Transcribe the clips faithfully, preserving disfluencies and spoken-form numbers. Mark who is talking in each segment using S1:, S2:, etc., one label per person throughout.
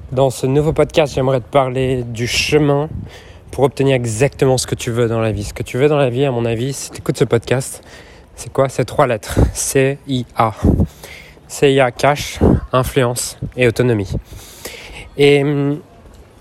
S1: Dans ce nouveau podcast, j'aimerais te parler du chemin pour obtenir exactement ce que tu veux dans la vie. Ce que tu veux dans la vie, à mon avis, si tu écoutes ce podcast, c'est quoi ? C'est trois lettres. C I A. C I A, cash, influence et autonomie. Et pourquoi ?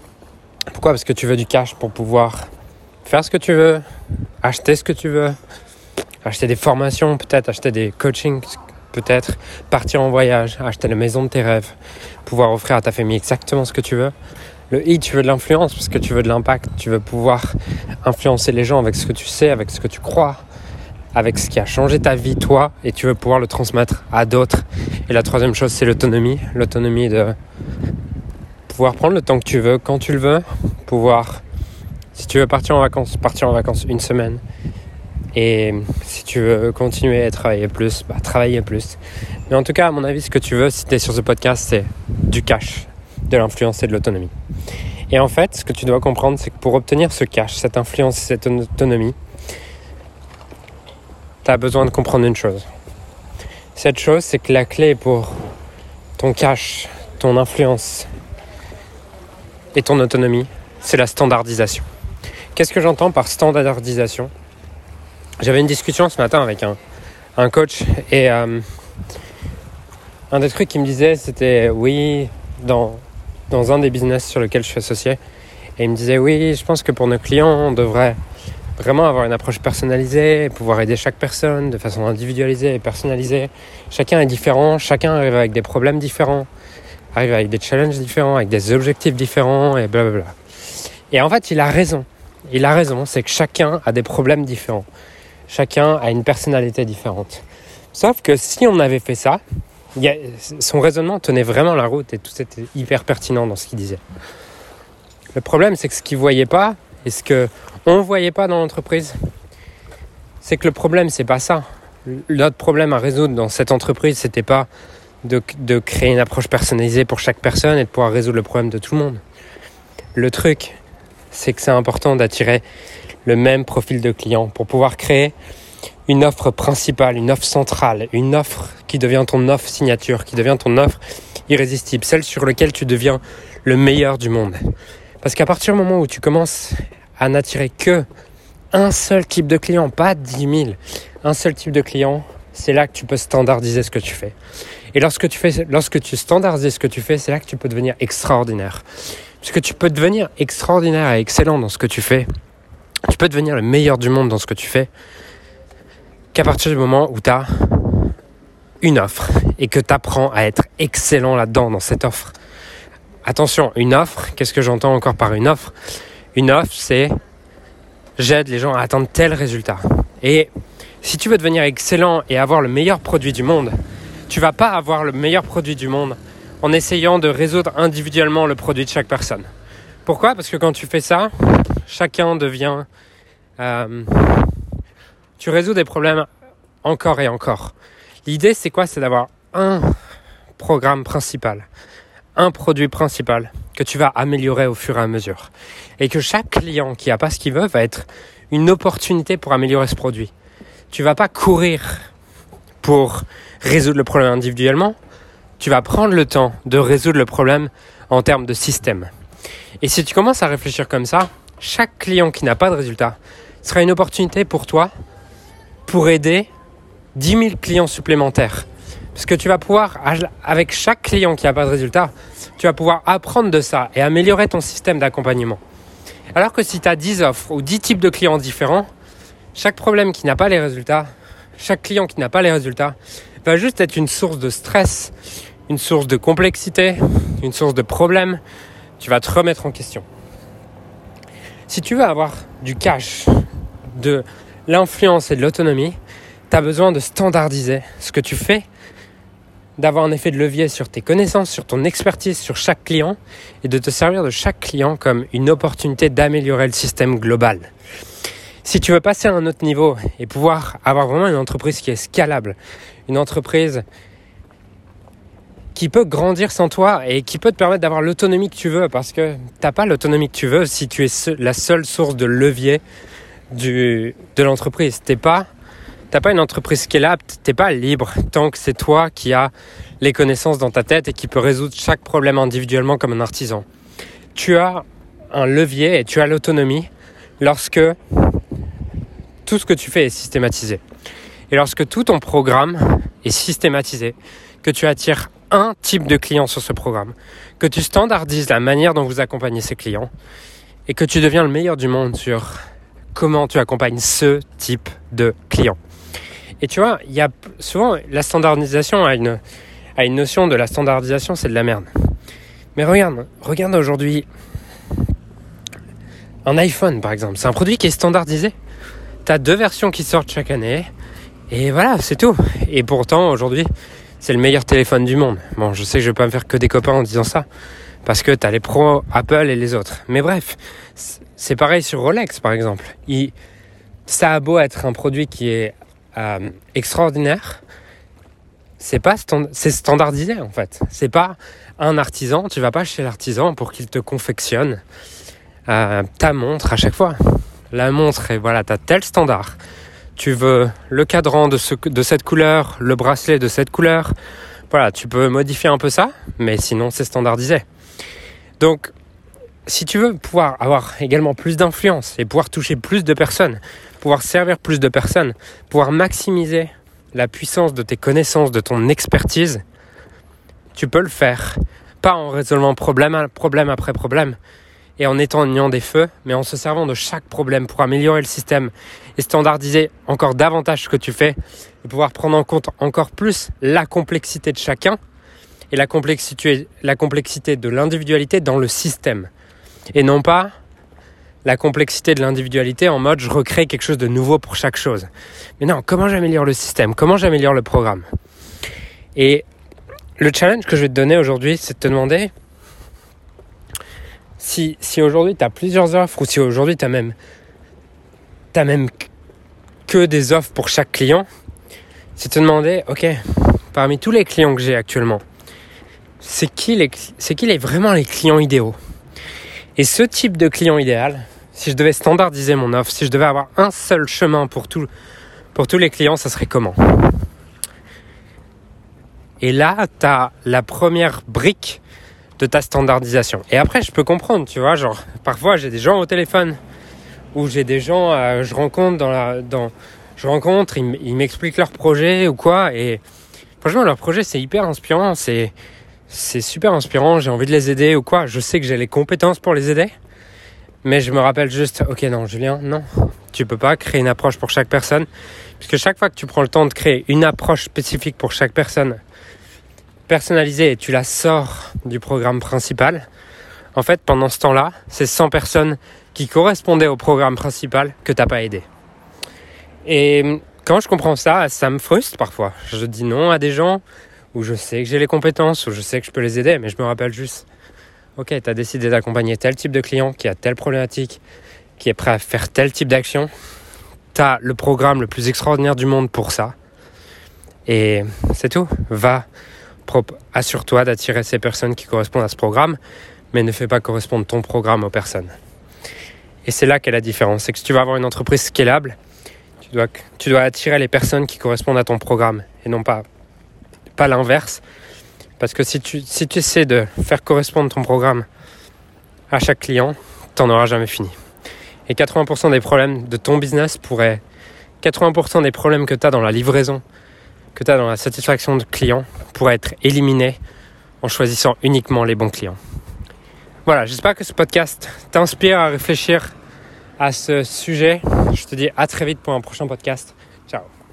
S1: Parce que tu veux du cash pour pouvoir faire ce que tu veux, acheter ce que tu veux, acheter des formations peut-être, acheter des coachings peut-être, partir en voyage, acheter la maison de tes rêves, pouvoir offrir à ta famille exactement ce que tu veux. Le I, tu veux de l'influence parce que tu veux de l'impact, tu veux pouvoir influencer les gens avec ce que tu sais, avec ce que tu crois, avec ce qui a changé ta vie, toi, et tu veux pouvoir le transmettre à d'autres. Et la troisième chose, c'est l'autonomie. L'autonomie de pouvoir prendre le temps que tu veux, quand tu le veux, pouvoir, si tu veux partir en vacances, partir en vacances une semaine. Et si tu veux continuer à travailler plus, bah travailler plus. Mais en tout cas, à mon avis, ce que tu veux, si tu es sur ce podcast, c'est du cash, de l'influence et de l'autonomie. Et en fait, ce que tu dois comprendre, c'est que pour obtenir ce cash, cette influence et cette autonomie, tu as besoin de comprendre une chose. Cette chose, c'est que la clé pour ton cash, ton influence et ton autonomie, c'est la standardisation. Qu'est-ce que j'entends par standardisation ? J'avais une discussion ce matin avec un, un coach et euh, un des trucs qu'il me disait, c'était oui, dans, dans un des business sur lequel je suis associé, et il me disait oui, je pense que pour nos clients, on devrait vraiment avoir une approche personnalisée, pouvoir aider chaque personne de façon individualisée et personnalisée. Chacun est différent, chacun arrive avec des problèmes différents, arrive avec des challenges différents, avec des objectifs différents et blablabla. Et en fait, il a raison. Il a raison, c'est que chacun a des problèmes différents. Chacun a une personnalité différente. Sauf que si on avait fait ça, y a, son raisonnement tenait vraiment la route et tout était hyper pertinent dans ce qu'il disait. Le problème, c'est que ce qu'il ne voyait pas et ce qu'on ne voyait pas dans l'entreprise, c'est que le problème, c'est pas ça. Notre problème à résoudre dans cette entreprise, c'était pas de, de créer une approche personnalisée pour chaque personne et de pouvoir résoudre le problème de tout le monde. Le truc, c'est que c'est important d'attirer le même profil de client pour pouvoir créer une offre principale, une offre centrale, une offre qui devient ton offre signature, qui devient ton offre irrésistible, celle sur laquelle tu deviens le meilleur du monde. Parce qu'à partir du moment où tu commences à n'attirer que un seul type de client, pas dix mille, un seul type de client, c'est là que tu peux standardiser ce que tu fais. Et lorsque tu fais, lorsque tu standardises ce que tu fais, c'est là que tu peux devenir extraordinaire. Parce que tu peux devenir extraordinaire et excellent dans ce que tu fais. Tu peux devenir le meilleur du monde dans ce que tu fais qu'à partir du moment où tu as une offre et que tu apprends à être excellent là-dedans, dans cette offre. Attention, une offre, qu'est-ce que j'entends encore par une offre ? Une offre, c'est j'aide les gens à atteindre tel résultat. Et si tu veux devenir excellent et avoir le meilleur produit du monde, tu vas pas avoir le meilleur produit du monde en essayant de résoudre individuellement le produit de chaque personne. Pourquoi ? Parce que quand tu fais ça, chacun devient... Euh, tu résous des problèmes encore et encore. L'idée, c'est quoi ? C'est d'avoir un programme principal, un produit principal que tu vas améliorer au fur et à mesure. Et que chaque client qui n'a pas ce qu'il veut va être une opportunité pour améliorer ce produit. Tu ne vas pas courir pour résoudre le problème individuellement. Tu vas prendre le temps de résoudre le problème en termes de système. Et si tu commences à réfléchir comme ça, chaque client qui n'a pas de résultat sera une opportunité pour toi pour aider dix mille clients supplémentaires. Parce que tu vas pouvoir, avec chaque client qui n'a pas de résultat, tu vas pouvoir apprendre de ça et améliorer ton système d'accompagnement. Alors que si tu as dix offres ou dix types de clients différents, chaque problème qui n'a pas les résultats, chaque client qui n'a pas les résultats, va juste être une source de stress, une source de complexité, une source de problèmes. Tu vas te remettre en question. Si tu veux avoir du cash, de l'influence et de l'autonomie, tu as besoin de standardiser ce que tu fais, d'avoir un effet de levier sur tes connaissances, sur ton expertise, sur chaque client et de te servir de chaque client comme une opportunité d'améliorer le système global. Si tu veux passer à un autre niveau et pouvoir avoir vraiment une entreprise qui est scalable, une entreprise qui peut grandir sans toi et qui peut te permettre d'avoir l'autonomie que tu veux, parce que tu n'as pas l'autonomie que tu veux si tu es la seule source de levier du, de l'entreprise. Tu n'es pas t'as pas une entreprise scalable, t'es pas libre tant que c'est toi qui as les connaissances dans ta tête et qui peut résoudre chaque problème individuellement comme un artisan. Tu as un levier et tu as l'autonomie lorsque tout ce que tu fais est systématisé. Et lorsque tout ton programme est systématisé, que tu attires un type de client sur ce programme, que tu standardises la manière dont vous accompagnez ces clients et que tu deviens le meilleur du monde sur comment tu accompagnes ce type de client. Et tu vois, il y a souvent la standardisation a une, a une notion de la standardisation, c'est de la merde. Mais regarde, regarde aujourd'hui un iPhone par exemple, c'est un produit qui est standardisé. Tu as deux versions qui sortent chaque année et voilà, c'est tout. Et pourtant aujourd'hui, c'est le meilleur téléphone du monde. Bon, je sais que je vais pas me faire que des copains en disant ça parce que tu as les pros Apple et les autres. Mais bref, c'est pareil sur Rolex par exemple. Il, ça a beau être un produit qui est euh, extraordinaire, c'est pas stand, c'est standardisé en fait. C'est pas un artisan, tu vas pas chez l'artisan pour qu'il te confectionne euh, ta montre à chaque fois. La montre, et voilà, tu as tel standard. Tu veux le cadran de, ce, de cette couleur, le bracelet de cette couleur. Voilà, tu peux modifier un peu ça, mais sinon c'est standardisé. Donc, si tu veux pouvoir avoir également plus d'influence et pouvoir toucher plus de personnes, pouvoir servir plus de personnes, pouvoir maximiser la puissance de tes connaissances, de ton expertise, tu peux le faire. Pas en résolvant problème, problème après problème et en éteignant des feux, mais en se servant de chaque problème pour améliorer le système et standardiser encore davantage ce que tu fais et pouvoir prendre en compte encore plus la complexité de chacun et la complexité, la complexité de l'individualité dans le système. Et non pas la complexité de l'individualité en mode je recrée quelque chose de nouveau pour chaque chose. Mais non, comment j'améliore le système? Comment j'améliore le programme? Et le challenge que je vais te donner aujourd'hui, c'est de te demander si, si aujourd'hui tu as plusieurs offres ou si aujourd'hui tu as même, t'as même que des offres pour chaque client, c'est de te demander, ok, parmi tous les clients que j'ai actuellement, c'est qui, les, c'est qui les, vraiment les clients idéaux? Et ce type de client idéal, si je devais standardiser mon offre, si je devais avoir un seul chemin pour, tout, pour tous les clients, ça serait comment? Et là, tu as la première brique de ta standardisation. Et après, je peux comprendre, tu vois, genre, parfois, j'ai des gens au téléphone ou j'ai des gens, euh, je rencontre dans la... Dans, je rencontre, ils, ils m'expliquent leur projet ou quoi, et franchement, leur projet, c'est hyper inspirant, c'est... C'est super inspirant, j'ai envie de les aider ou quoi. Je sais que j'ai les compétences pour les aider. Mais je me rappelle juste, ok non Julien, non. Tu peux pas créer une approche pour chaque personne. Puisque chaque fois que tu prends le temps de créer une approche spécifique pour chaque personne, personnalisée, et tu la sors du programme principal, en fait pendant ce temps-là, c'est cent personnes qui correspondaient au programme principal que t'as pas aidé. Et quand je comprends ça, ça me frustre parfois. Je dis non à des gens où je sais que j'ai les compétences, où je sais que je peux les aider, mais je me rappelle juste, ok, tu as décidé d'accompagner tel type de client qui a telle problématique, qui est prêt à faire tel type d'action, tu as le programme le plus extraordinaire du monde pour ça, et c'est tout. Va, assure-toi d'attirer ces personnes qui correspondent à ce programme, mais ne fais pas correspondre ton programme aux personnes. Et c'est là qu'est la différence, c'est que si tu veux avoir une entreprise scalable, tu dois, tu dois attirer les personnes qui correspondent à ton programme, et non pas pas l'inverse, parce que si tu, si tu essaies de faire correspondre ton programme à chaque client, t'en auras jamais fini. Et quatre-vingts pour cent des problèmes de ton business pourraient, quatre-vingts pour cent des problèmes que tu as dans la livraison, que tu as dans la satisfaction de clients, pourraient être éliminés en choisissant uniquement les bons clients. Voilà, j'espère que ce podcast t'inspire à réfléchir à ce sujet. Je te dis à très vite pour un prochain podcast. Ciao.